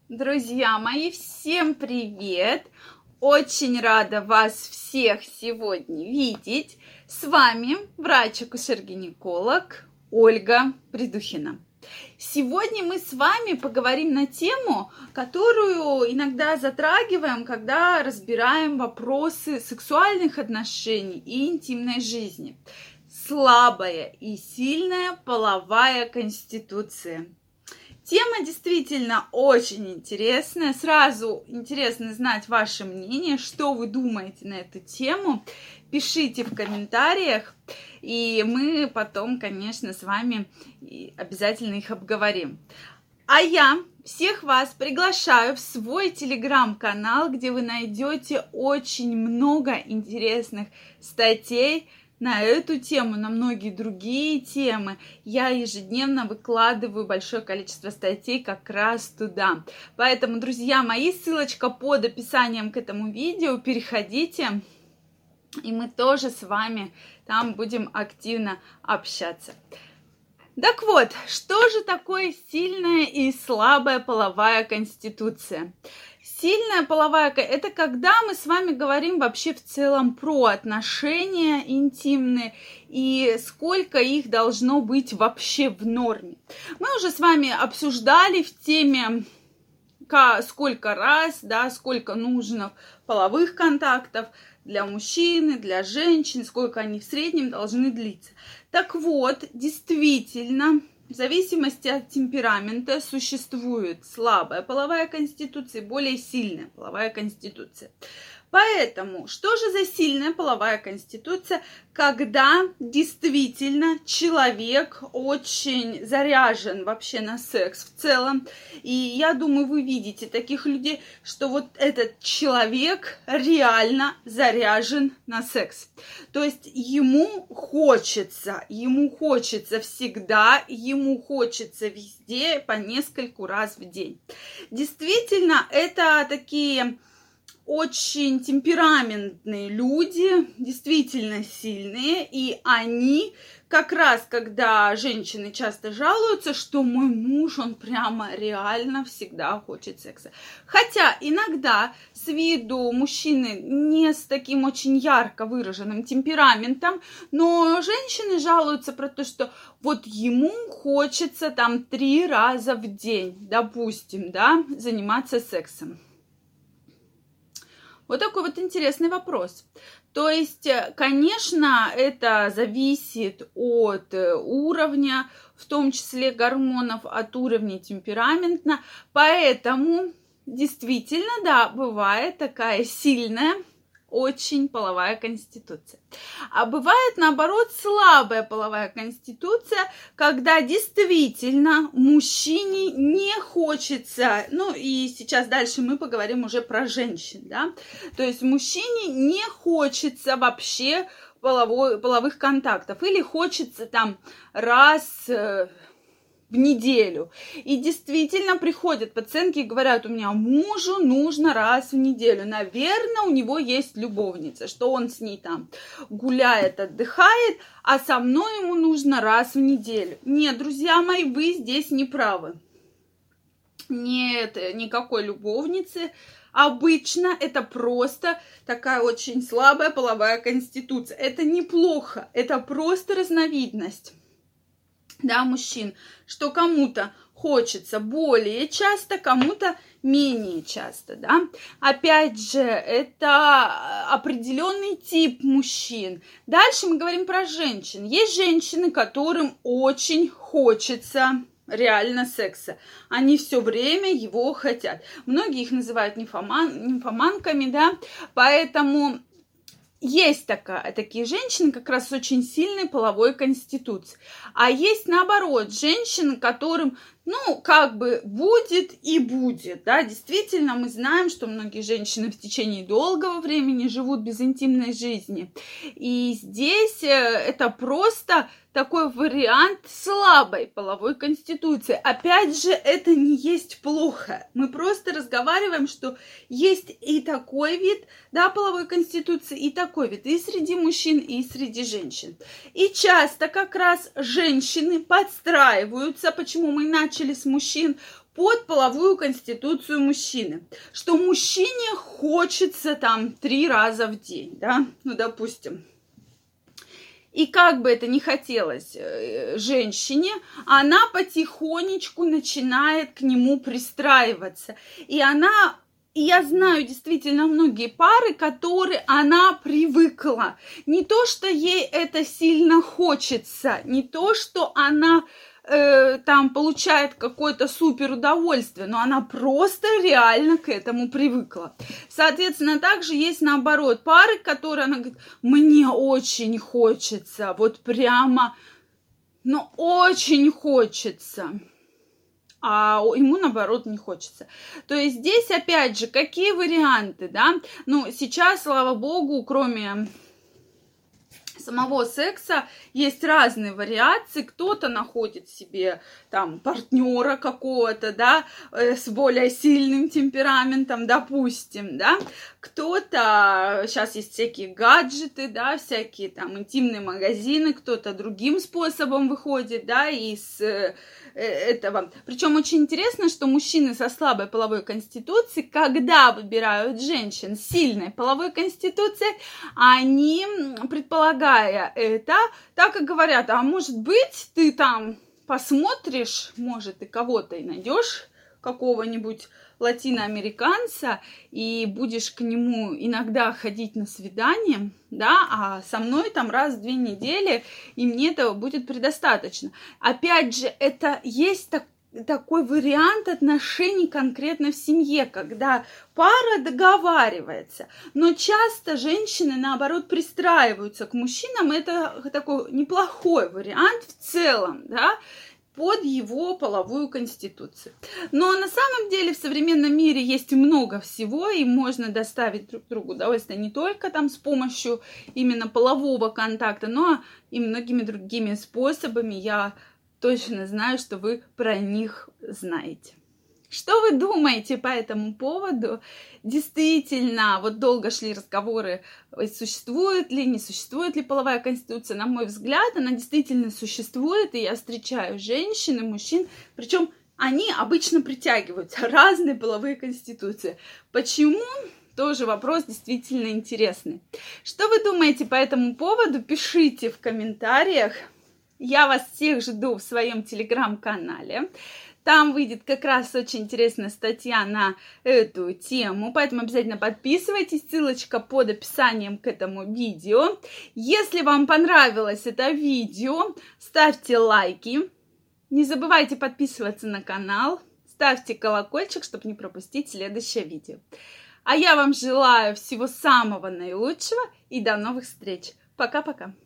Друзья мои, всем привет! Очень рада вас всех сегодня видеть. С вами врач-акушер-гинеколог Ольга Придухина. Сегодня мы с вами поговорим на тему, которую иногда затрагиваем, когда разбираем вопросы сексуальных отношений и интимной жизни. Слабая и сильная половая конституция. Тема действительно очень интересная. Сразу интересно знать ваше мнение, что вы думаете на эту тему. Пишите в комментариях, и мы потом, конечно, с вами обязательно их обговорим. А я всех вас приглашаю в свой телеграм-канал, где вы найдете очень много интересных статей на эту тему, на многие другие темы. Я ежедневно выкладываю большое количество статей как раз туда. Поэтому, друзья мои, ссылочка под описанием к этому видео. Переходите, и мы тоже с вами там будем активно общаться. Так вот, что же такое сильная и слабая половая конституция? Сильная половая – это когда мы с вами говорим вообще в целом про отношения интимные и сколько их должно быть вообще в норме. Мы уже с вами обсуждали в теме, сколько раз, сколько нужно половых контактов для мужчины, для женщин, сколько они в среднем должны длиться. Так вот, действительно, в зависимости от темперамента существует слабая половая конституция и более сильная половая конституция. Поэтому, что же за сильная половая конституция, когда действительно человек очень заряжен вообще на секс в целом? И я думаю, вы видите таких людей, что вот этот человек реально заряжен на секс. То есть ему хочется всегда, ему хочется везде по нескольку раз в день. Действительно, это такие очень темпераментные люди, действительно сильные, и они как раз, когда женщины часто жалуются, что мой муж, он прямо реально всегда хочет секса. Хотя иногда с виду мужчины не с таким очень ярко выраженным темпераментом, но женщины жалуются про то, что вот ему хочется там 3 раза в день, допустим, заниматься сексом. Вот такой вот интересный вопрос. То есть, конечно, это зависит от уровня, в том числе гормонов, от уровня темперамента. Поэтому, действительно, бывает такая сильная, очень половая конституция. А бывает, наоборот, слабая половая конституция, когда действительно мужчине не хочется, и сейчас дальше мы поговорим уже про женщин, то есть мужчине не хочется вообще половых контактов, или хочется там раз в неделю. И действительно приходят пациентки и говорят: у меня мужу нужно раз в неделю. Наверное, у него есть любовница, что он с ней там гуляет, отдыхает, а со мной ему нужно раз в неделю. Нет, друзья мои, вы здесь не правы. Нет никакой любовницы. Обычно это просто такая очень слабая половая конституция. Это неплохо, это просто разновидность. Мужчин, что кому-то хочется более часто, кому-то менее часто, Опять же, это определенный тип мужчин. Дальше мы говорим про женщин. Есть женщины, которым очень хочется реально секса. Они все время его хотят. Многие их называют нимфоманками, поэтому есть такие женщины как раз с очень сильной половой конституцией. А есть, наоборот, женщины, которым, будет и будет, Действительно, мы знаем, что многие женщины в течение долгого времени живут без интимной жизни. И здесь это просто такой вариант слабой половой конституции. Опять же, это не есть плохо. Мы просто разговариваем, что есть и такой вид, половой конституции, и такой вид. И среди мужчин, и среди женщин. И часто как раз женщины подстраиваются, почему мы начали с мужчин, под половую конституцию мужчины, что мужчине хочется там 3 раза в день, да, ну, допустим. И как бы это ни хотелось женщине, она потихонечку начинает к нему пристраиваться. И я знаю действительно многие пары, которые она привыкла. Не то, что ей это сильно хочется, не то, что она там получает какое-то супер удовольствие, но она просто реально к этому привыкла. Соответственно, также есть наоборот пары, которые она говорит, мне очень хочется, вот прямо, ну очень хочется, а ему, наоборот, не хочется. То есть здесь, опять же, какие варианты, да? Ну, сейчас, слава богу, кроме самого секса есть разные вариации. Кто-то находит себе там партнера какого-то, да, с более сильным темпераментом, допустим, да. Кто-то, сейчас есть всякие гаджеты, да, всякие там интимные магазины, кто-то другим способом выходит, да, из этого. Причем очень интересно, что мужчины со слабой половой конституцией, когда выбирают женщин с сильной половой конституцией, они, предполагая это, так и говорят, а может быть, ты там посмотришь, может, ты кого-то и найдешь, какого-нибудь латиноамериканца, и будешь к нему иногда ходить на свидание, да, а со мной там раз в 2 недели, и мне этого будет предостаточно. Опять же, это есть такой вариант отношений конкретно в семье, когда пара договаривается, но часто женщины, наоборот, пристраиваются к мужчинам, это такой неплохой вариант в целом, да, под его половую конституцию. Но на самом деле в современном мире есть много всего, и можно доставить друг другу удовольствие не только там с помощью именно полового контакта, но и многими другими способами. Я точно знаю, что вы про них знаете. Что вы думаете по этому поводу? Действительно, вот долго шли разговоры, существует ли, не существует ли половая конституция. На мой взгляд, она действительно существует, и я встречаю женщин и мужчин, причем они обычно притягиваются, разные половые конституции. Почему? Тоже вопрос действительно интересный. Что вы думаете по этому поводу? Пишите в комментариях. Я вас всех жду в своем телеграм-канале. Там выйдет как раз очень интересная статья на эту тему, поэтому обязательно подписывайтесь, ссылочка под описанием к этому видео. Если вам понравилось это видео, ставьте лайки, не забывайте подписываться на канал, ставьте колокольчик, чтобы не пропустить следующее видео. А я вам желаю всего самого наилучшего и до новых встреч. Пока-пока.